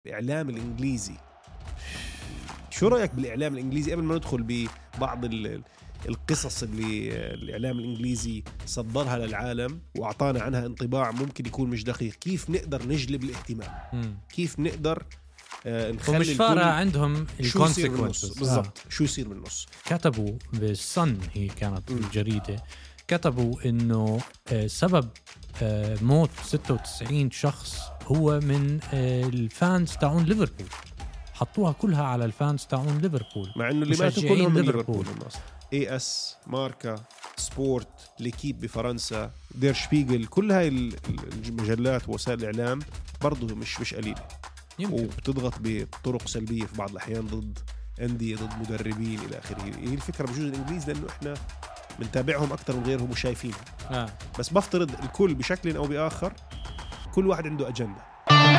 الإعلام الإنجليزي. شو رأيك بالإعلام الإنجليزي قبل ما ندخل ببعض القصص اللي الإعلام الإنجليزي صدرها للعالم وأعطانا عنها انطباع ممكن يكون مش دقيق؟ كيف نقدر نجلب الاهتمام؟ كيف نقدر نخلي ومش فارقة عندهم الكونسيكونسز بالضبط. شو يصير بالنص؟ كتبوا بالصن، هي كانت الجريدة، كتبوا إنه سبب موت 96 شخص هو من الفانز تاعون ليفربول. حطوها كلها على الفانز تاعون ليفربول، مع إنه اللي ماتوا كلهم من ليفربول. AS، ماركا، سبورت، ليكيب بفرنسا، دير شبيغل، كل هاي المجلات ووسائل الإعلام برضو مش قليلة، وبتضغط بطرق سلبية في بعض الأحيان ضد أندية، ضد مدربين إلى آخره. هي الفكرة بجوز الإنجليز لأنه إحنا بنتابعهم أكتر من غيرهم وشايفينهم. بس بفترض الكل بشكل أو بآخر كل واحد عنده أجندة.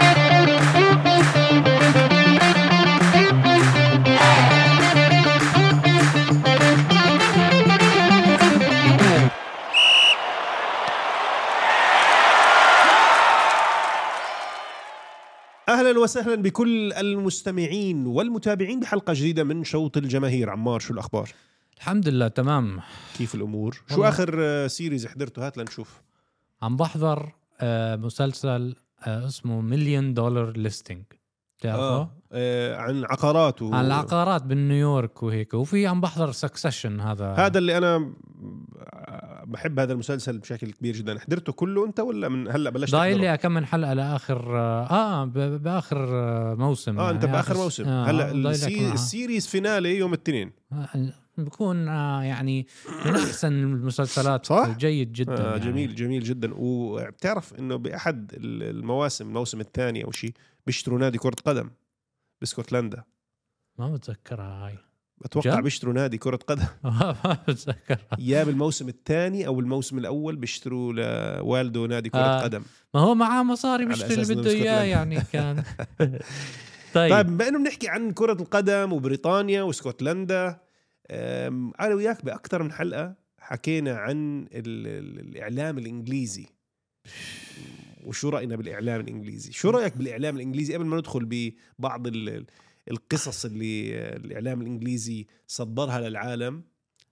أهلا وسهلا بكل المستمعين والمتابعين بحلقة جديدة من شوط الجماهير. عمار، شو الأخبار؟ الحمد لله تمام. كيف الأمور؟ شو آخر سيريز حضرته؟ هات لنشوف. عم بحضر مسلسل اسمه مليون دولار ليستينج، تعرفه؟ عن عقارات عن العقارات بنيويورك وهيك. وفي عم بحضر سكسيشن، هذا اللي أنا بحب هذا المسلسل بشكل كبير جدا. حضرته كله أنت ولا من هلأ بلشت؟ ضايل لي كم من حلقة لآخر بآخر موسم. يعني أنت بآخر موسم. هلأ السيريز فينالي يوم الاثنين بكون يعني من أحسن المسلسلات. صح؟ جيد جدا. يعني. جميل جميل جدا. وبتعرف إنه بأحد الموسم الثاني أو شيء بيشتروا نادي كرة قدم باسكتلندا. ما بتذكرها هاي. أتوقع بيشتروا نادي كرة قدم. ما بتذكرها. يا بالموسم الثاني أو الموسم الأول بيشتروا لوالده نادي كرة قدم. ما هو معاه مصاري بيشتري اللي بده إياه يعني كان. طيب بما إنه بنحكي عن كرة القدم وبريطانيا واسكتلندا، أنا وياك بأكتر من حلقة حكينا عن الإعلام الإنجليزي وشو رأينا بالإعلام الإنجليزي. شو رأيك بالإعلام الإنجليزي قبل ما ندخل ببعض القصص اللي الإعلام الإنجليزي صدرها للعالم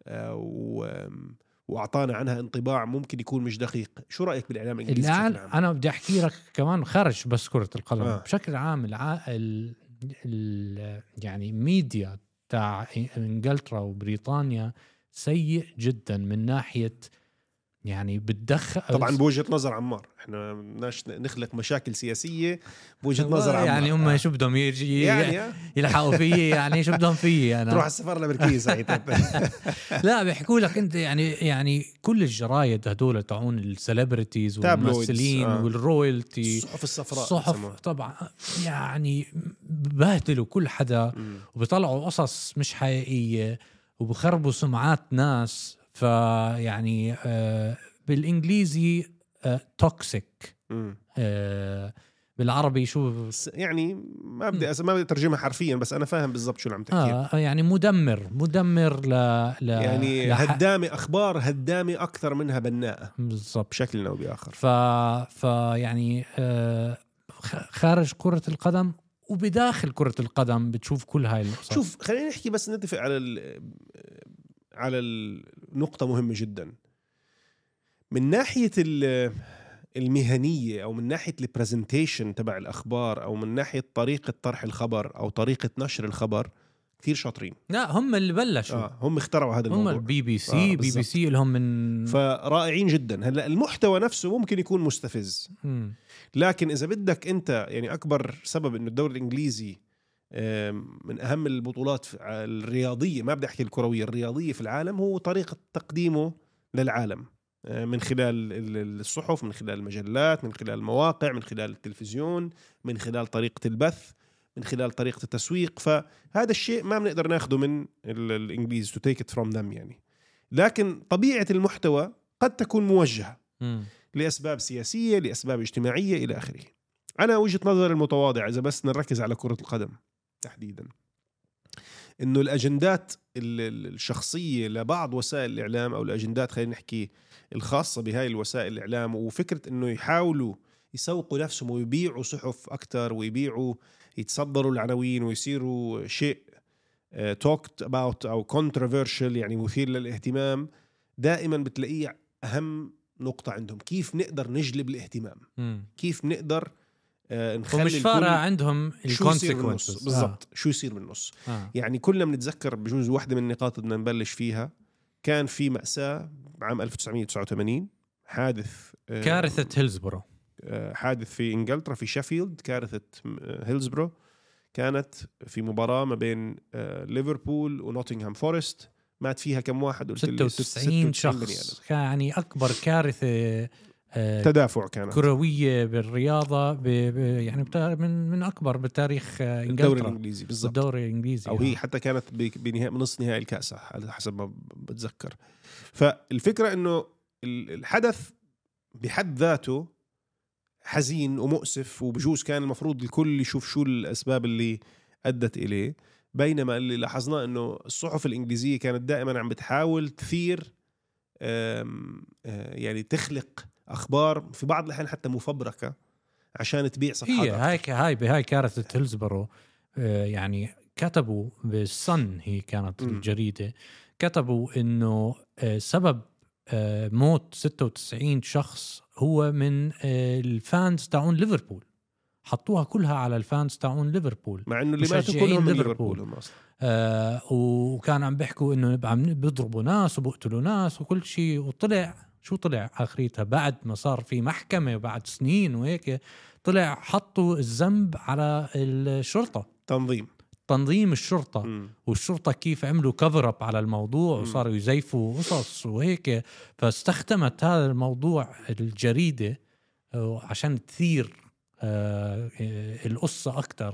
وأعطانا عنها انطباع ممكن يكون مش دقيق؟ شو رأيك بالإعلام الإنجليزي بشكل عام؟ أنا بدي أحكي لك كمان خارج بس كرة القدم بشكل عام. يعني ميديا تاع إنجلترا وبريطانيا سيء جدا من ناحية يعني بتدخل. طبعا بوجهة نظر عمار، احنا بدناش نخلق مشاكل سياسية بوجهة نظر عمار. يعني هم شو بدهم يجي يعني يلحقوا فيه؟ يعني شو بدهم فيه؟ أنا تروح السفر الأمريكية ساعتها. لا بيحكوا لك انت يعني كل الجرايد هدول تاعون السليبرتيز والممثلين والرويالتي، الصحف الصفراء، الصحف طبعا يعني ببهدلوا كل حدا وبيطلعوا قصص مش حقيقية وبخربوا سمعات ناس. فيعني بالإنجليزي توكسيك، بالعربي شو يعني ما بدي أترجمها حرفيا، بس أنا فاهم بالضبط شو اللي عم تحكي. يعني مدمر يعني هدامة أخبار، هدامة أكثر منها بناءة بالضبط بشكل أو بآخر. يعني خارج كرة القدم وبداخل كرة القدم بتشوف كل هاي القصص. شوف خلينا نحكي بس نتفق على النقطة مهمة جدا من ناحية المهنية، أو من ناحية البرزنتيشن تبع الأخبار، أو من ناحية طريقة طرح الخبر أو طريقة نشر الخبر. كثير شاطرين. لا هم اللي بلشوا. هم اخترعوا هذا الموضوع. هم البي بي سي لهم من فرائعين جدا. هلا المحتوى نفسه ممكن يكون مستفز، لكن إذا بدك أنت يعني أكبر سبب إنه الدوري الإنجليزي من أهم البطولات الرياضية، ما بدي أحكي الكروية، الرياضية في العالم، هو طريقة تقديمه للعالم من خلال الصحف، من خلال المجلات، من خلال المواقع، من خلال التلفزيون، من خلال طريقة البث، من خلال طريقة التسويق. فهذا الشيء ما بنقدر ناخده من الإنجليز to take it from them يعني. لكن طبيعة المحتوى قد تكون موجهة لأسباب سياسية، لأسباب اجتماعية إلى آخره. أنا وجهة نظر المتواضعة، إذا بس نركز على كرة القدم تحديدا، إنه الأجندات الشخصية لبعض وسائل الإعلام، أو الأجندات خلينا نحكي الخاصة بهاي الوسائل الإعلام، وفكرة إنه يحاولوا يسوقوا نفسهم ويبيعوا صحف أكتر ويبيعوا يتصدروا العناوين ويصيروا شيء talked about أو controversial يعني مثير للاهتمام. دائما بتلاقيه أهم نقطة عندهم كيف نقدر نجلب الاهتمام. كيف نقدر نخلي ومش فارقة عندهم الكونسيكونسز بالضبط. شو يصير من النص. يعني كلنا بنتذكر بجوز واحدة من النقاط بدنا نبلش فيها. كان في مأساة عام 1989 حادث كارثة هيلزبورو، حادث في إنجلترا في شيفيلد. كارثة هيلزبورو كانت في مباراة ما بين ليفربول ونوتنغهام فورست. مات فيها كم واحد؟ 96 شخص. يعني أكبر كارثة تدافع كانت كروية بالرياضة يعني من أكبر بتاريخ إنجلترا. الدوري الإنجليزي بالضبط. الدوري الإنجليزي أو هي حتى كانت بنهاية نص نهائي الكأس على حسب ما بتذكر. فالفكرة إنه الحدث بحد ذاته حزين ومؤسف، وبجوز كان المفروض الكل يشوف شو الأسباب اللي أدت إليه. بينما اللي لاحظناه إنه الصحف الإنجليزية كانت دائما عم بتحاول تثير يعني تخلق أخبار في بعض الأحيان حتى مفبركة عشان تبيع صفحات. هاي كارثة هيلزبورو. يعني كتبوا بالصن، هي كانت الجريدة، كتبوا إنه سبب موت 96 شخص هو من الفانز تاعون ليفربول. حطوها كلها على الفانز تاعون ليفربول، مع إنه اللي ماتوا كلهم من ليفربول. وكان عم بيحكوا إنه عم بيضربوا ناس وبقتلوا ناس وكل شيء. وطلع شو طلع آخريتها بعد ما صار في محكمة وبعد سنين وهيك، طلع حطوا الذنب على الشرطة، تنظيم الشرطة. والشرطة كيف عملوا كفر اب على الموضوع وصاروا يزيفوا قصص وهيك. فاستخدمت هذا الموضوع الجريدة عشان تثير القصة أكتر.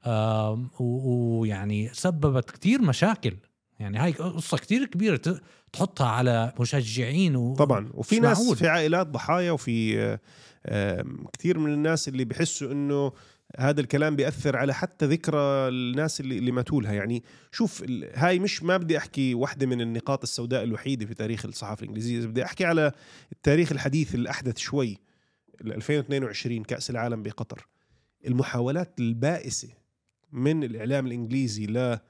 ويعني سببت كتير مشاكل. يعني هاي قصة كتير كبيرة تحطها على مشجعين طبعا. وفي ناس معقول. في عائلات ضحايا، وفي كتير من الناس اللي بحسوا إنه هذا الكلام بيأثر على حتى ذكرى الناس اللي ماتوا لها. يعني شوف، هاي مش ما بدي أحكي واحدة من النقاط السوداء الوحيدة في تاريخ الصحافة الإنجليزية. بدي أحكي على التاريخ الحديث الأحدث شوي. 2022 كأس العالم بقطر، المحاولات البائسة من الإعلام الإنجليزي ل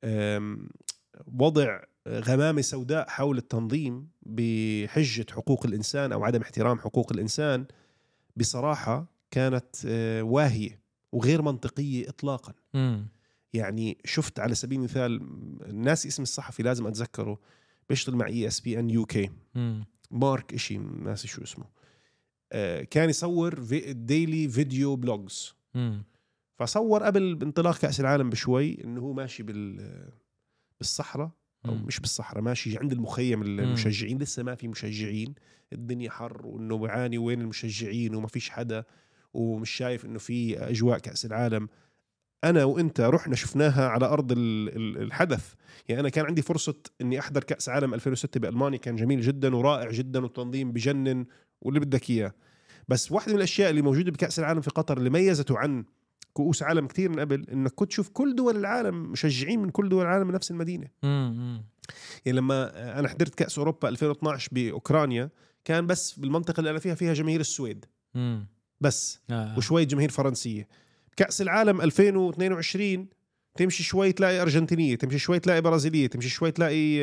وضع غمامة سوداء حول التنظيم بحجة حقوق الإنسان أو عدم احترام حقوق الإنسان، بصراحة كانت واهية وغير منطقية إطلاقا. يعني شفت على سبيل المثال، الناس اسم الصحفي لازم أتذكره، بيشتغل مع ESPN UK، مارك إشي ناسي شو اسمه. كان يصور ديلي فيديو بلوجز. فصور قبل انطلاق كأس العالم بشوي إنه هو ماشي بالصحراء، أو مش بالصحراء، ماشي عند المخيم المشجعين. لسه ما في مشجعين، الدنيا حر، وإنه بعاني وين المشجعين وما فيش حدا، ومش شايف إنه في أجواء كأس العالم. أنا وإنت رحنا شفناها على أرض الحدث. يعني أنا كان عندي فرصة إني أحضر كأس عالم 2006 بألمانيا، كان جميل جدا ورائع جدا والتنظيم بجنن واللي بدك إياه. بس واحدة من الأشياء اللي موجودة بكأس العالم في قطر اللي ميزته عن كؤوس عالم كتير من قبل، إنك كنت تشوف كل دول العالم، مشجعين من كل دول العالم بنفس المدينة. يعني لما أنا حضرت كأس أوروبا 2012 بأوكرانيا، كان بس بالمنطقة اللي أنا فيها جماهير السويد بس وشوية جماهير فرنسية. كأس العالم 2022 تمشي شوي تلاقي أرجنتينية، تمشي شوي تلاقي برازيلية، تمشي شوي تلاقي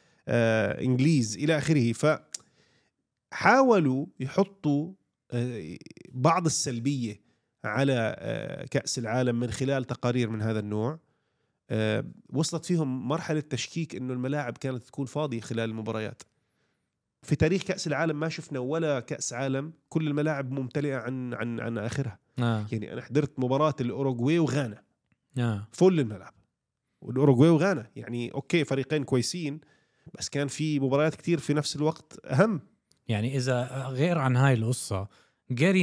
إنجليز إلى آخره. فحاولوا يحطوا بعض السلبية على كأس العالم من خلال تقارير من هذا النوع. وصلت فيهم مرحلة تشكيك إنه الملاعب كانت تكون فاضية خلال المباريات. في تاريخ كأس العالم ما شفنا ولا كأس عالم كل الملاعب ممتلئة عن آخرها. يعني أنا حضرت مباراة الأوروغواي وغانا، فل الملعب، والأوروغواي وغانا يعني أوكي فريقين كويسين، بس كان في مباريات كتير في نفس الوقت أهم. يعني إذا غير عن هاي القصة، جاري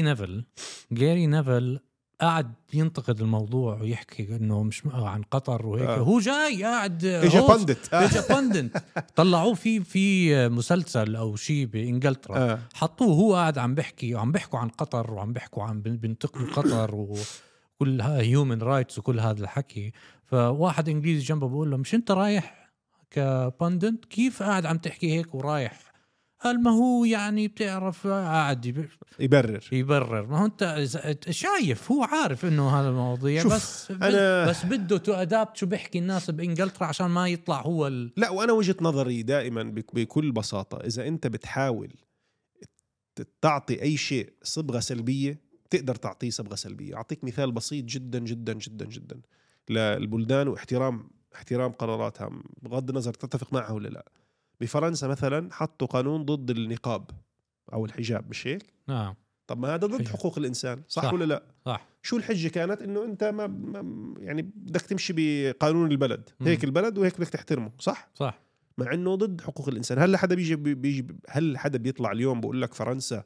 نيفل قاعد ينتقد الموضوع ويحكي إنه مش عن قطر وهيك. هو جاي قاعد إجا باندت طلعوه في مسلسل أو شيء بإنجلترا، حطوه هو قاعد عم بيحكي وعم بيحكوا عن قطر وعم بيحكوا عن بنتقدوا قطر وكل هيومن رايتس وكل هذا الحكي. فواحد إنجليزي جنبه بقول له مش أنت رايح كباندنت، كيف قاعد عم تحكي هيك ورايح؟ قال ما هو يعني بتعرف قاعد يبرر. ما هو انت شايف هو عارف انه هذا المواضيع، بس بده تو ادابت شو بيحكي الناس بانجلترا عشان ما يطلع هو لا، وانا وجهة نظري دائما بكل بساطة، اذا انت بتحاول تعطي اي شيء صبغة سلبية تقدر تعطيه صبغة سلبية. اعطيك مثال بسيط جدا جدا جدا جدا للبلدان واحترام قراراتها بغض النظر تتفق معها ولا لا. بفرنسا مثلا حطوا قانون ضد النقاب او الحجاب، مش هيك؟ طب ما هذا ضد حقوق الانسان، صح ولا لا؟ صح. شو الحجة كانت؟ انه انت ما يعني بدك تمشي بقانون البلد، هيك البلد وهيك بدك تحترمه، صح؟ مع انه ضد حقوق الانسان. هل حدا هل حدا بيطلع اليوم بقول لك فرنسا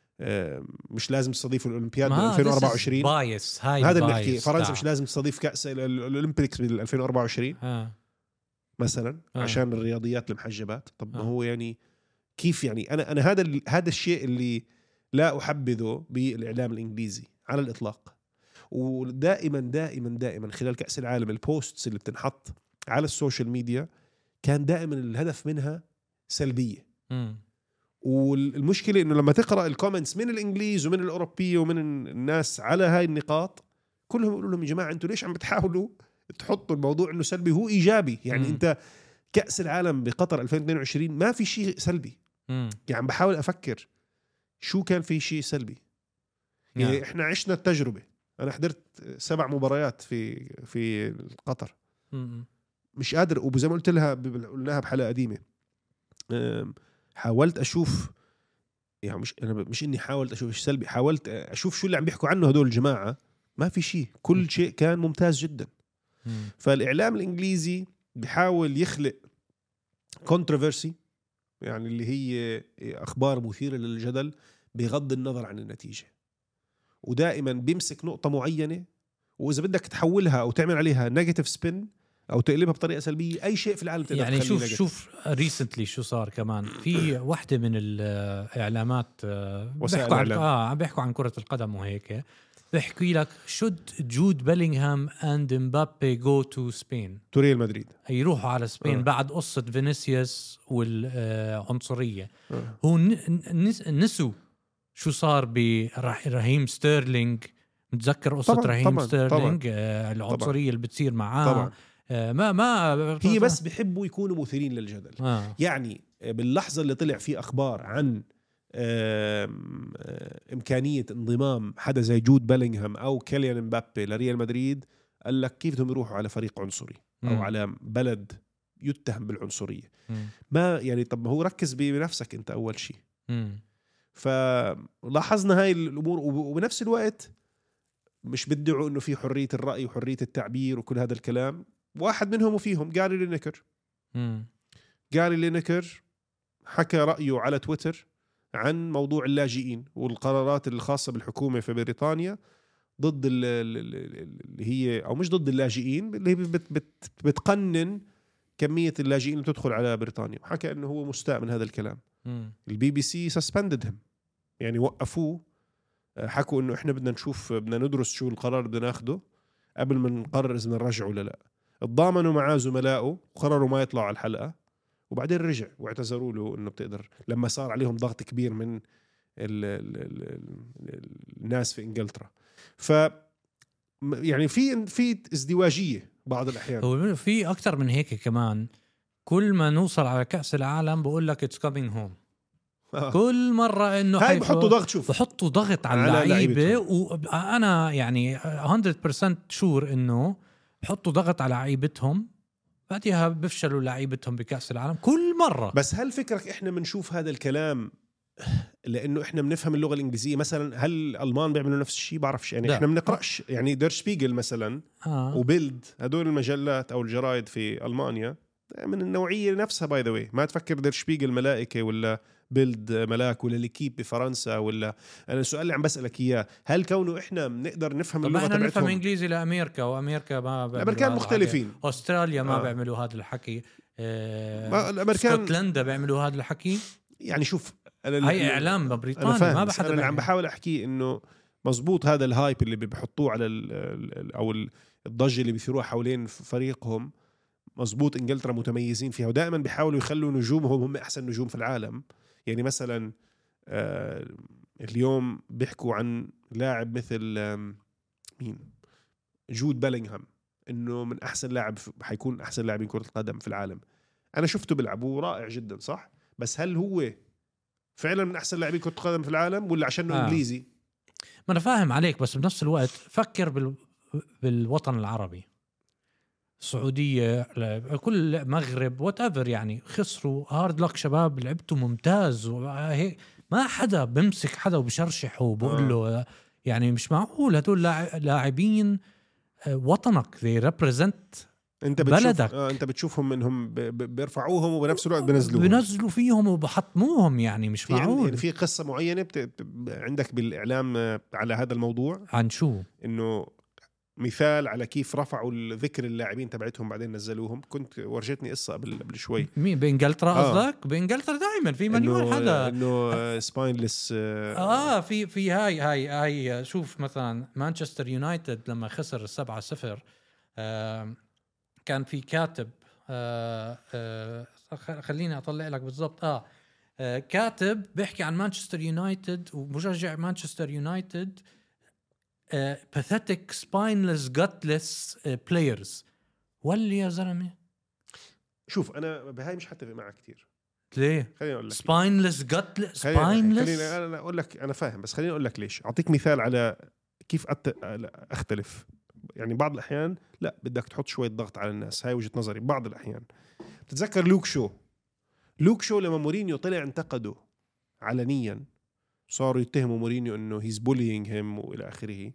مش لازم تستضيف الأولمبياد بال 2024؟ بايس هذا اللي بحكي. فرنسا مش لازم تستضيف كأس الأولمبيكس بال 2024 مثلا عشان الرياضيات المحجبات. طب ما هو يعني كيف يعني أنا هذا الشيء اللي لا أحبذه بالإعلام الإنجليزي على الإطلاق. ودائما دائما دائما خلال كأس العالم البوستس اللي بتنحط على السوشيال ميديا كان دائما الهدف منها سلبية. والمشكلة إنه لما تقرأ الكومنتس من الإنجليز ومن الأوروبية ومن الناس على هاي النقاط كلهم يقولوا لهم يا جماعة أنتوا ليش عم بتحاولوا تحطوا الموضوع إنه سلبي هو إيجابي؟ يعني أنت كأس العالم بقطر 2022 ما في شيء سلبي. يعني بحاول أفكر شو كان في شيء سلبي. يعني إحنا عشنا التجربة. أنا حضرت 7 مباريات في قطر. مش قادر، وزي ما قلناها بحلقة قديمة، حاولت أشوف يعني مش إني حاولت أشوف إيش سلبي، حاولت أشوف شو اللي عم بيحكوا عنه هدول الجماعة. ما في شيء، كل شيء كان ممتاز جدا. فالإعلام الإنجليزي بيحاول يخلق controversy، يعني اللي هي أخبار مثيرة للجدل بغض النظر عن النتيجة، ودائما بيمسك نقطة معينة وإذا بدك تحولها أو تعمل عليها نيجاتيف سبين أو تقلبها بطريقة سلبية، أي شيء في العالم تقدر يعني تخليه شوف ريسنتلي شو صار كمان في واحدة من الإعلامات بيحكوا عن كرة القدم وهيك، بيحكي لك should Jude Bellingham and Mbappe go to Spain to Real Madrid، يروحوا على سبين بعد قصة فينيسيوس والعنصرية. هو نسوا شو صار برحيم ستيرلينج. متذكر قصة رحيم ستيرلينج العنصرية اللي بتصير معاه. ما هي بس بيحبوا يكونوا مثيرين للجدل. يعني باللحظة اللي طلع فيه أخبار عن إمكانية انضمام حدا زي جود بيلينغهام أو كيليان مبابي لريال مدريد، قال لك كيف بدهم يروحوا على فريق عنصري أو على بلد يتهم بالعنصرية؟ ما يعني طب هو ركز بنفسك أنت أول شيء. فلاحظنا هاي الأمور، وبنفس الوقت مش بدعوا إنه في حرية الرأي وحرية التعبير وكل هذا الكلام. واحد منهم وفيهم جاري لينكر حكى رأيه على تويتر عن موضوع اللاجئين والقرارات الخاصة بالحكومة في بريطانيا ضد اللي هي أو مش ضد اللاجئين، اللي هي بتقنن كمية اللاجئين اللي تدخل على بريطانيا، وحكى أنه هو مستاء من هذا الكلام. الBBC suspended him، يعني وقفوه. حكوا أنه إحنا بدنا ندرس شو القرار بدنا ناخده قبل ما نقرر إذا نرجع ولا لا. اتضامنوا مع زملائه وقرروا ما يطلعوا على الحلقة، وبعدين رجع واعتذروا له انه بتقدر لما صار عليهم ضغط كبير من الناس في انجلترا. ف يعني في ازدواجية بعض الأحيان. هو في أكتر من هيك كمان. كل ما نوصل على كأس العالم بقول لك it's coming home. كل مرة إنه هاي بحطوا ضغط، شوف بحطوا ضغط على اللعيبة، وأنا يعني 100% شور إنه بحطوا ضغط على لعيبتهم، بعدها بفشلوا لعيبتهم بكأس العالم كل مرة. بس هل فكرك إحنا بنشوف هذا الكلام لأنه إحنا بنفهم اللغة الإنجليزية مثلا؟ هل الألمان بيعملوا نفس الشيء؟ بعرفش يعني. إحنا بنقرأش يعني دير شبيغل مثلا وبيلد، هدول المجلات أو الجرائد في ألمانيا من النوعية نفسها. باي ذا واي، ما تفكر دير شبيغل ملائكة ولا بيلد ملاك ولا ليكيب بفرنسا ولا. أنا السؤال اللي عم بسألك إياه، هل كونه إحنا نقدر نفهم اللغة تبعتهم؟ نفهم إنجليزي لأمريكا، وأمريكا ما الأمريكان مختلفين. أستراليا ما بيعملوا هذا الحكي. الأمريكان اسكتلندا بيعملوا هذا الحكي. يعني شوف هاي إعلام بريطانيا ما بحدا. أنا عم بحاول أحكي إنه مزبوط هذا الهايب اللي بيحطوه على أو الضجة اللي بيثيروها حوالين فريقهم. مزبوط إنجلترا متميزين فيها، ودائما بيحاولوا يخلوا نجومهم هم أحسن نجوم في العالم. يعني مثلا اليوم بيحكوا عن لاعب مثل مين، جود بيلينغهام، انه من احسن لاعب حيكون احسن لاعب كرة القدم في العالم. انا شفته بيلعب رائع جدا صح، بس هل هو فعلا من احسن لاعبين كرة القدم في العالم ولا عشانه انجليزي؟ ما انا فاهم عليك، بس بنفس الوقت فكر بالوطن العربي، السعودية، كل مغرب واتأفر، يعني خسروا هارد لك شباب، لعبتوا ممتاز وهيك، ما حدا بمسك حدا وبشرشح وبقول له يعني مش معقول هدول لاعبين وطنك they represent انت بلدك. انت بتشوفهم انهم بيرفعوهم وبنفس الوقت بنزلوا فيهم وبحطموهم، يعني مش معقول. يعني في قصة معينة عندك بالإعلام على هذا الموضوع عن شو؟ إنه مثال على كيف رفعوا الذكر اللاعبين تبعتهم بعدين نزلوهم. كنت ورجتني قصة قبل شوي. مين بإنجلترا قصدك؟ بإنجلترا دائما في مليون حدا إنه سباينلس. في هاي شوف مثلا مانشستر يونايتد لما خسر 7-0 كان في كاتب خليني أطلع لك بالضبط كاتب بيحكي عن مانشستر يونايتد ومشجع مانشستر يونايتد pathetic spineless gutless players. واللي يا زلمة شوف أنا بهاي مش حتفق معك كتير. ليه؟ خليني أقول لك spineless gutless spineless. خليني أنا أقول لك أنا فاهم، بس خليني أقول لك ليش. أعطيك مثال على كيف أختلف. يعني بعض الأحيان لا بدك تحط شوية ضغط على الناس، هاي وجهة نظري. بعض الأحيان تتذكر لوك شو لما مورينيو طلع انتقده علنيا، صاروا يتهموا مورينيو انه هيز بولينج هيم والى اخره،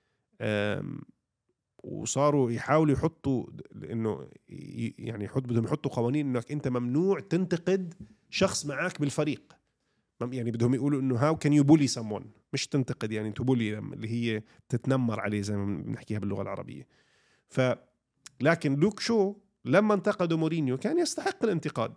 وصاروا يحاولوا يحطوا انه يعني بدهم يحطوا قوانين انك انت ممنوع تنتقد شخص معك بالفريق. يعني بدهم يقولوا انه هاو كان يو بولي someone، مش تنتقد يعني تبولي اللي هي تتنمر عليه زي ما بنحكيها باللغة العربية. لكن لوك شو لما انتقدوا مورينيو كان يستحق الانتقاد.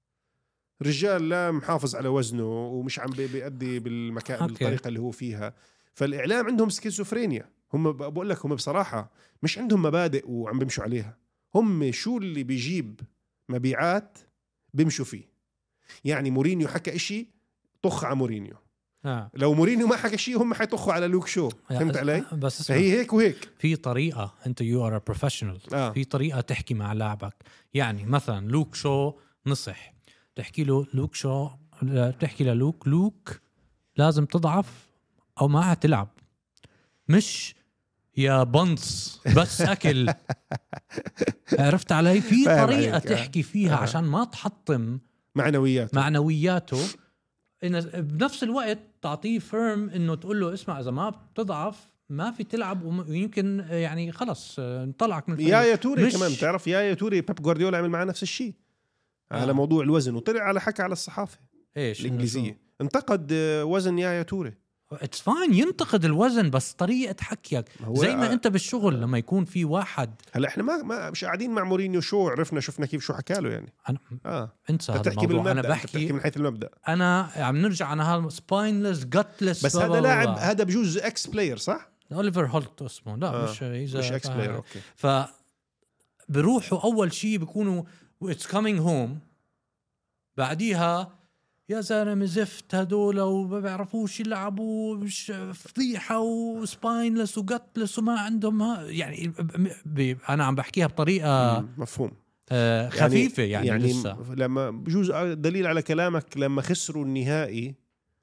رجال لا محافظ على وزنه ومش عم بيأدي بالطريقة اللي هو فيها. فالإعلام عندهم سكيزوفرينيا. هم بقول لك هم بصراحة مش عندهم مبادئ وعم بيمشوا عليها. هم شو اللي بيجيب مبيعات بيمشوا فيه. يعني مورينيو حكى إشي طخ على مورينيو. لو مورينيو ما حكى شيء هم حيطخوا على لوك شو. فهمت علي؟ بس هي هيك وهيك. في طريقة أنت you are a professional. في طريقة تحكي مع لاعبك. يعني مثلا لوك شو نصح تحكي له لوك شو، تحكي لوك لازم تضعف أو ما هتلعب، مش يا بنص بس أكل. عرفت علي؟ في طريقة تحكي فيها عشان ما تحطم معنوياته. إن بنفس الوقت تعطيه فيرم إنه تقول له اسمع إذا ما بتضعف ما في تلعب، ويمكن يعني خلص نطلعك من الفريق. يا توري كمان تعرف يا توري بيب جوارديولا عمل معاه نفس الشيء على موضوع الوزن، وطلع على حكى على الصحافة الإنجليزية انتقد وزن يا توري. It's fine ينتقد الوزن، بس طريقة حكيك زي ما أنت بالشغل لما يكون في واحد. هلا إحنا ما مش قاعدين مع مورينيو شو عرفنا شفنا كيف شو حكى له يعني. انسى هذا الموضوع. أنا بحكي من حيث المبدأ. أنا عم نرجع عن هذا spineless gutless. بس هذا لاعب هذا بجوز اكس بلاير صح؟ أوليفر هولت اسمه. لا مش اكس بلاير. اوكي. فبروحوا أول شيء بيكونوا it's coming home، بعديها يا زلمة زفت هدول وما بيعرفوش يلعبوا، مش فضيحة وسباينلس وقتلس وما عندهم يعني أنا عم بحكيها بطريقة مفهوم خفيفة يعني لسه. لما بجوز دليل على كلامك لما خسروا النهائي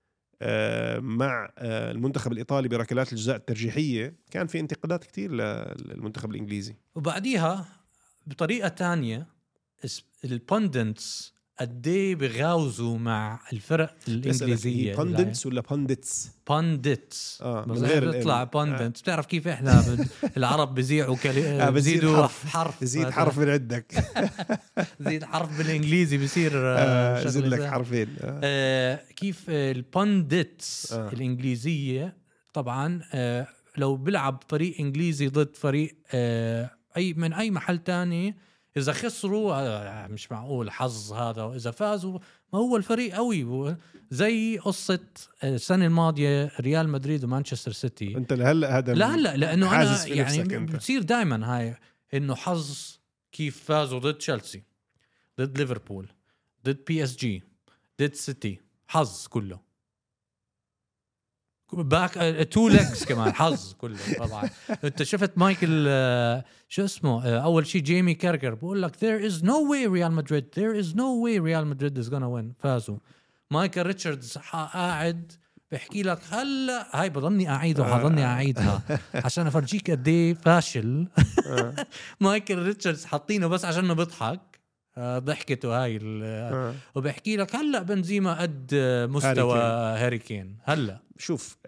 مع المنتخب الإيطالي بركلات الجزاء الترجيحية كان في انتقادات كتير للمنتخب الإنجليزي. وبعديها بطريقة تانية البوندنتس قديه بغاوزوا مع الفرق الإنجليزية. بوندنتس ولا بوندتس؟ بوندتس من غير يطلع بوندنتس. بتعرف كيف إحنا العرب بيزيعوا بزيدوا حرف، زيد حرف من عندك. زيد حرف بالإنجليزي بيصير زيد لك حرفين. كيف البوندتس الإنجليزية طبعا لو بلعب فريق إنجليزي ضد فريق من أي محل تاني، إذا خسروا مش معقول حظ هذا، وإذا فازوا ما هو الفريق قوي. زي قصة السنة الماضية ريال مدريد ومانشستر سيتي. أنت هلأ هذا لأنه أنا يعني بتصير دايما هاي إنه حظ. كيف فازوا ضد تشيلسي، ضد ليفربول، ضد PSG، ضد سيتي، حظ كله باك تو ليجز كمان حظ كله طبعا. انت شفت مايكل شو اسمه اول شيء جيمي كارجر بقول لك there is no way Real Madrid there is no way Real Madrid is gonna win فازوا. مايكل ريتشاردز قاعد بحكي لك هلا هاي بضلني اعيدها وحضلني اعيدها عشان افرجيك قد ايه فاشل. مايكل ريتشاردز حاطينه بس عشان بيضحك ضحكته هاي وبحكي لك هلا بنزيما قد مستوى هاري كين. هلا شوف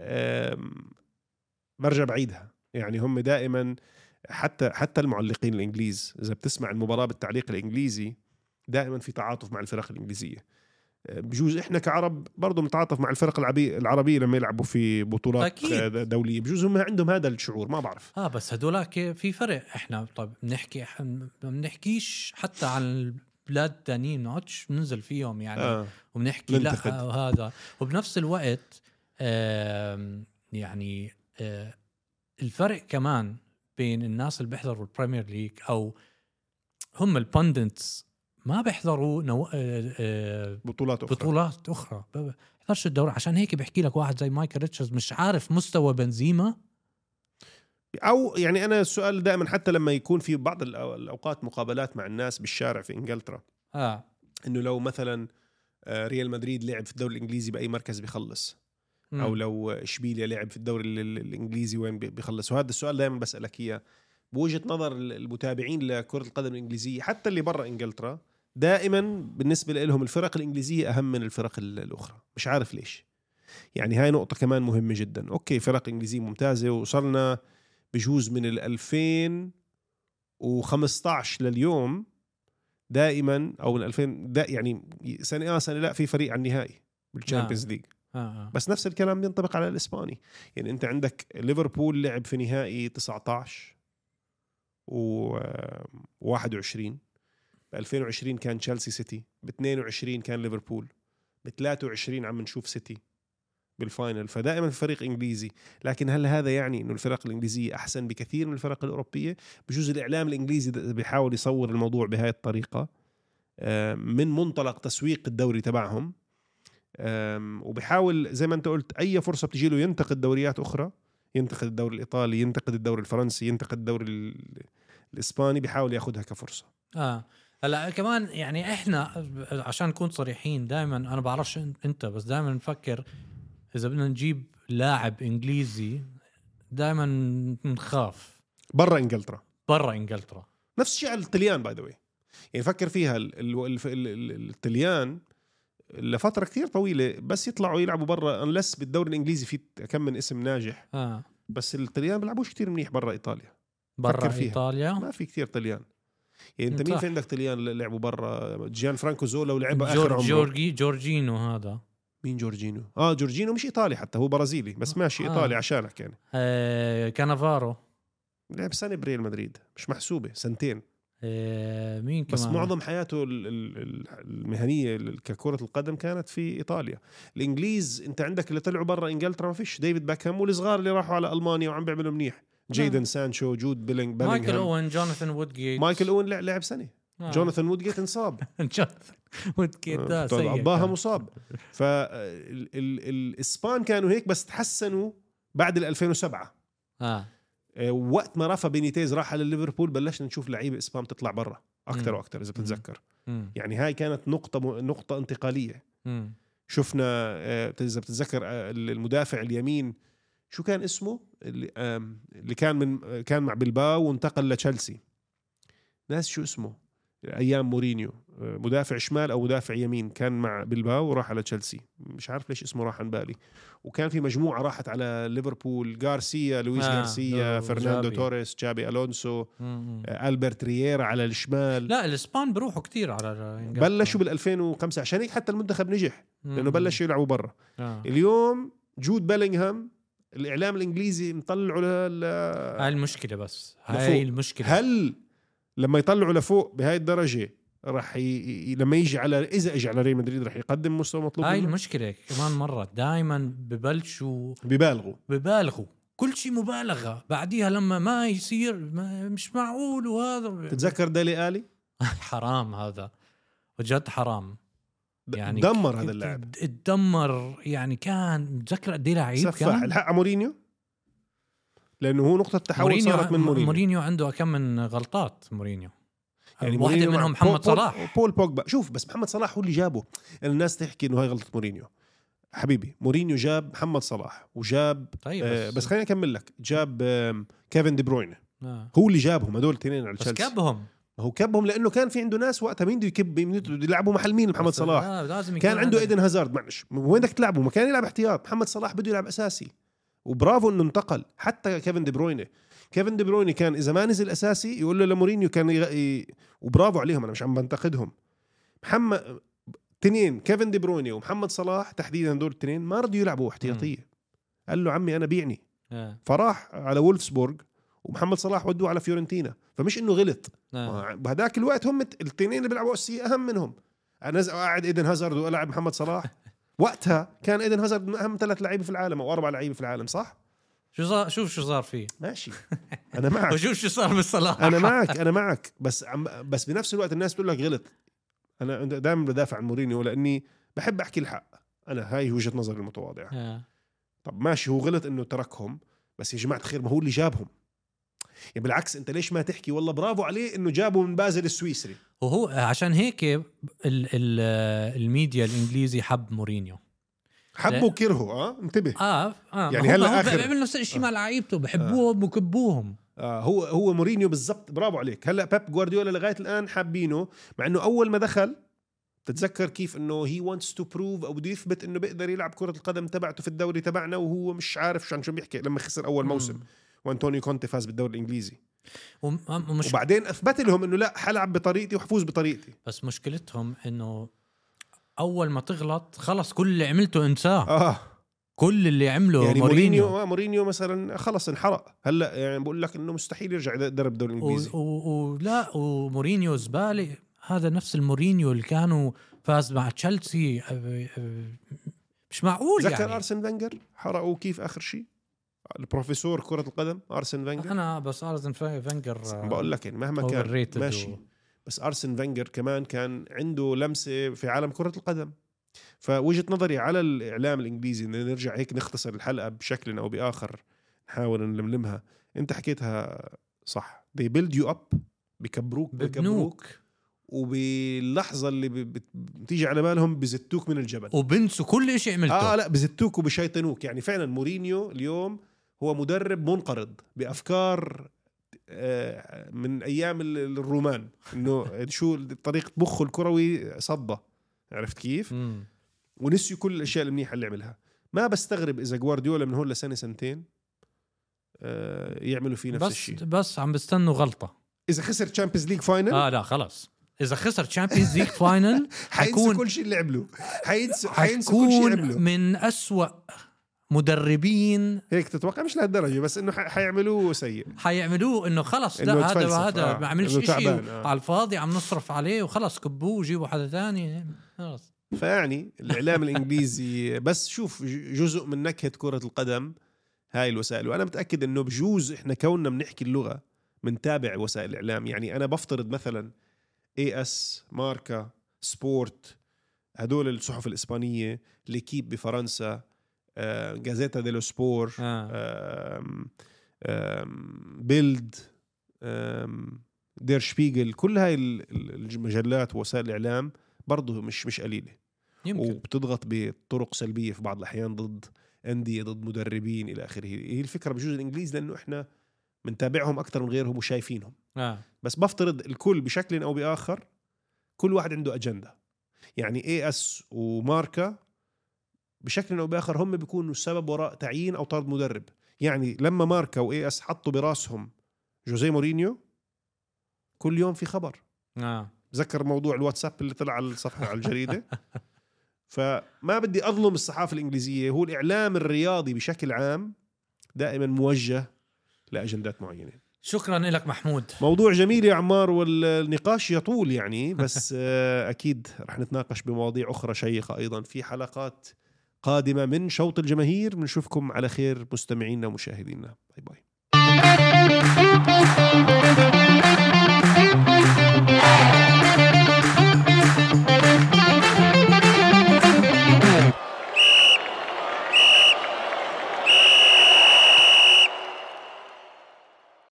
برجع بعيدها يعني هم دائما حتى المعلقين الانجليز اذا بتسمع المباراة بالتعليق الانجليزي دائما في تعاطف مع الفرق الانجليزيه. بجوز احنا كعرب برضو نتعاطف مع الفرق العربيه لما يلعبوا في بطولات أكيد. دوليه بجوز هم عندهم هذا الشعور ما بعرف. بس هدولاك في فرق. احنا طب بنحكيش حتى عن البلاد التانيين نقعدش بننزل فيهم يعني وبنحكي منتقد. لا وهذا وبنفس الوقت يعني الفرق كمان بين الناس اللي بيحضروا البريمير ليج او هم الباندنتس ما بيحضروا بطولات أخرى بيحضرش الدوري. عشان هيك بحكي لك واحد زي مايكل ريتشاردز مش عارف مستوى بنزيما أو يعني أنا السؤال دائما حتى لما يكون في بعض الأوقات مقابلات مع الناس بالشارع في إنجلترا إنه لو مثلا ريال مدريد لعب في الدوري الإنجليزي بأي مركز بيخلص أو لو إشبيليا لعب في الدوري الإنجليزي وين بيخلص. وهذا السؤال دائما بسألك إياه بوجهة نظر المتابعين لكرة القدم الإنجليزية حتى اللي برا إنجلترا. دائما بالنسبة لهم الفرق الإنجليزية أهم من الفرق الأخرى مش عارف ليش. يعني هاي نقطة كمان مهمة جدا. أوكي فرق إنجليزية ممتازة وصلنا بجوز من 2015 لليوم دائما أو من 2000 يعني سنة لا في فريق على النهائي بالشامبيونز ليج. بس نفس الكلام ينطبق على الإسباني. يعني أنت عندك ليفربول لعب في نهائي 19 و21 ب2020 كان تشيلسي سيتي ب22 كان ليفربول ب23 عم نشوف سيتي بالفاينل. فدائما الفريق إنجليزي. لكن هل هذا يعني إنه الفرق الإنجليزية أحسن بكثير من الفرق الأوروبية؟ بجوز الإعلام الإنجليزي بيحاول يصور الموضوع بهاي الطريقة من منطلق تسويق الدوري تبعهم وبيحاول زي ما أنت قلت أي فرصة بتجي له ينتقد دوريات أخرى ينتقد الدوري الإيطالي ينتقد الدوري الفرنسي ينتقد الدوري الإسباني بيحاول ياخدها كفرصة. هلا كمان يعني احنا عشان نكون صريحين دائما انا بعرفش انت بس دائما نفكر اذا بدنا نجيب لاعب انجليزي دائما نخاف برا انجلترا نفس الشيء على الطليان باي ذا واي. يعني فكر فيها الطليان لفتره كتير طويله بس يطلعوا يلعبوا برا انلس بالدوري الانجليزي في كم من اسم ناجح بس الطليان بيلعبوش كتير منيح برا ايطاليا. برا ايطاليا ما في كتير طليان. يعني انت مين في عندك طليان لعبوا برا؟ جيان فرانكو زولا ولعبوا اخر عمره. جورجينو هذا مين جورجينو؟ جورجينو مش ايطالي حتى هو برازيلي بس ماشي ايطالي عشانك يعني. كانافارو لعب سنه بريال مدريد مش محسوبه سنتين. مين بس كمان؟ معظم حياته المهنيه ككره القدم كانت في ايطاليا. الانجليز انت عندك اللي طلعوا برا انجلترا ما فيش. ديفيد باكهام والصغار اللي راحوا على المانيا وعم بيعملوا منيح. جيدن سانشو جود بيلينغهام مايكل اوين جوناثان وودجيت. مايكل اوين لعب سنه. جوناثان وودجيت انصاب. جوناثان وودجيت ده سيء أباها مصاب. فالإسبان كانوا هيك بس تحسنوا بعد 2007. وقت ما رافا بينيتيز راح على ليفربول بلشنا نشوف لعيبة إسبان تطلع برا أكتر وأكتر إذا بتتذكر. يعني هاي كانت نقطة انتقالية. شفنا إذا بتتذكر المدافع اليمين شو كان اسمه اللي كان مع بلباو وانتقل لتشيلسي. ناس شو اسمه أيام مورينيو مدافع شمال أو مدافع يمين كان مع بلباو وراح على تشيلسي مش عارف ليش اسمه راح عن بالي. وكان في مجموعة راحت على ليفربول غارسيا لويس غارسيا فرناندو توريس جابي ألونسو ألبرت رييرا على الشمال. لا الإسبان بروحوا كتير على بلشوا بال2005 عشان هيك حتى المنتخب نجح لأنه بلشوا يلعبوا برا. اليوم جود بيلينغهام الإعلام الإنجليزي مطلعوا هاي المشكلة. بس هاي المشكلة هل لما يطلعوا لفوق بهاي الدرجة راح لما يجي على إذا إجي على ريال مدريد راح يقدم مستوى مطلوب هاي منه؟ المشكلة كمان مرة دائما ببلشوا ببالغوا كل شيء مبالغة بعديها لما ما يصير مش معقول. وهذا تتذكر دالي آلي حرام هذا بجد حرام. يعني دمر هذا اللاعب، اتدمر يعني. كان متذكر قد ايه لعيب كان الحق مورينيو لانه هو نقطه تحول صارت من مورينيو عنده كم من غلطات مورينيو يعني واحده منهم محمد صلاح بول بوجبا. شوف بس محمد صلاح هو اللي جابه. الناس تحكي انه هاي غلطه مورينيو. حبيبي مورينيو جاب محمد صلاح وجاب طيب بس خليني اكمل لك. جاب كيفن دي بروين هو اللي جابهم هدول الاثنين على تشيلسي. بس كبهم، هو كبهم لانه كان في عنده ناس وقتها مين بده يكب يلعبوا محل مين محمد صلاح. كان عنده ايدن هازارد. معلش وين بدك تلعبه؟ ما كان يلعب احتياط. محمد صلاح بده يلعب اساسي وبرافو انه انتقل. حتى كيفن دي بروين كان اذا ما نزل اساسي يقول له لمورينيو كان وبرافو عليهم. انا مش عم بنتقدهم. محمد تنين كيفن دي بروين ومحمد صلاح تحديدا دول التنين ما رضوا يلعبوا احتياطيه. قال له عمي انا بيعني فراح على وولفسبورغ ومحمد صلاح ودوه على فيورنتينا. فمش انه غلط. بهداك الوقت هم الاثنين اللي بيلعبوا اساسي اهم منهم. انا قاعد ايدن هازارد والعب محمد صلاح. وقتها كان ايدن هازارد من اهم 3 لعيبه في العالم او 4 لعيبه في العالم صح. شوف شو صار فيه. ماشي انا معك. وشوف شو صار بالصلاح. انا معك بس بنفس الوقت الناس بتقول لك غلط. انا دائما بدافع عن مورينيو لاني بحب احكي الحق. انا هاي وجهة نظري المتواضعة. طب ماشي هو غلط انه تركهم بس يا جماعة الخير ما هو اللي جابهم. يعني بالعكس انت ليش ما تحكي والله برافو عليه انه جابه من بازل السويسري. وهو عشان هيك الميديا الانجليزي حب مورينيو. حبوا وكرهوا انتبه. يعني هلا اخر بيعمل نفس الشيء مع لعيبته بحبوهم وكبوهم. هو مورينيو بالضبط. برافو عليك. هلا بيب جوارديولا لغايه الان حابينه مع انه اول ما دخل تتذكر كيف انه هي وانتس تو بروف او بده يثبت انه بيقدر يلعب كره القدم تبعته في الدوري تبعنا وهو مش عارف شو بيحكي لما خسر اول موسم وانتونيو كونتي فاز بالدوري الانجليزي. وبعدين اثبت لهم انه لا حلعب بطريقتي وحفوز بطريقتي. بس مشكلتهم انه اول ما تغلط خلص كل اللي عملته انساه. كل اللي عمله يعني مورينيو مثلا خلص انحرق. هلا يعني بقول لك انه مستحيل يرجع يدرب الدوري الانجليزي. لا ومورينيو زبالة. هذا نفس المورينيو اللي كانوا فاز مع تشيلسي. مش معقول. ذكر يعني أرسن فينجر حرقوا كيف آخر شيء البروفيسور كرة القدم أرسن فينجر. أنا بس أرسن فينجر بقول لك يعني مهما كان ماشي بس أرسن فينجر كمان كان عنده لمسة في عالم كرة القدم. فوجهة نظري على الإعلام الإنجليزي إن نرجع هيك نختصر الحلقة بشكل أو بآخر نحاول نلملمها. أنت حكيتها صح. they build you up بكبروك وباللحظة اللي بتيجي على بالهم بزتوك من الجبل وبنسوا كل إشي عملته. لا بزتوك وبشيطنوك. يعني فعلا مورينيو اليوم هو مدرب منقرض بأفكار من أيام الرومان إنه شو طريقة مخه الكروي صدى. عرفت كيف؟ ونسيوا كل الأشياء المنيحة اللي عملها. ما بستغرب إذا جوارديولا من هون لسنة سنتين يعملوا فيه نفس الشيء. بس عم بستنوا غلطة. إذا خسر تشامبيونز ليج فاينل لا خلاص. إذا خسر تشامبيونز ليج فاينل حينسوا كل شيء اللي عملوا. حينسوا كل شيء عملوا. من أسوأ مدربين. هيك تتوقع؟ مش لهالدرجة بس إنه حيعملوه سيء. حيعملوه إنه خلص لا هذا ما عملش شيء على الفاضي عم نصرف عليه وخلص كبوه وجيبوا حدا ثاني خلص. فيعني الإعلام الإنجليزي بس شوف جزء من نكهة كرة القدم هاي الوسائل. وأنا متأكد إنه بجوز إحنا كوننا بنحكي اللغة منتابع وسائل الإعلام. يعني أنا بفترض مثلا AS ماركا سبورت هدول الصحف الإسبانية ليكيب بفرنسا غازيتا ديلو سبور بيلد دير شبيغل كل هاي المجلات ووسائل الإعلام برضو مش قليلة يمكن. وبتضغط بطرق سلبية في بعض الأحيان ضد أندية ضد مدربين إلى آخره. هي الفكرة بجوز الإنجليز لأنه إحنا منتابعهم أكتر من غيرهم وشايفينهم. بس بفترض الكل بشكل أو بآخر كل واحد عنده أجندة. يعني AS وماركا بشكل أو بآخر هم بيكونوا السبب وراء تعيين أو طرد مدرب. يعني لما ماركا وAS حطوا براسهم جوزيه مورينيو كل يوم في خبر. ذكر موضوع الواتساب اللي طلع على الصفحة على الجريدة. فما بدي أظلم الصحافة الإنجليزية. هو الإعلام الرياضي بشكل عام دائما موجه لأجندات معينة. شكرا لك محمود. موضوع جميل يا عمار والنقاش يطول يعني بس أكيد رح نتناقش بمواضيع أخرى شيقة أيضا في حلقات قادمة من شوط الجماهير. بنشوفكم على خير مستمعينا ومشاهدينا. باي باي.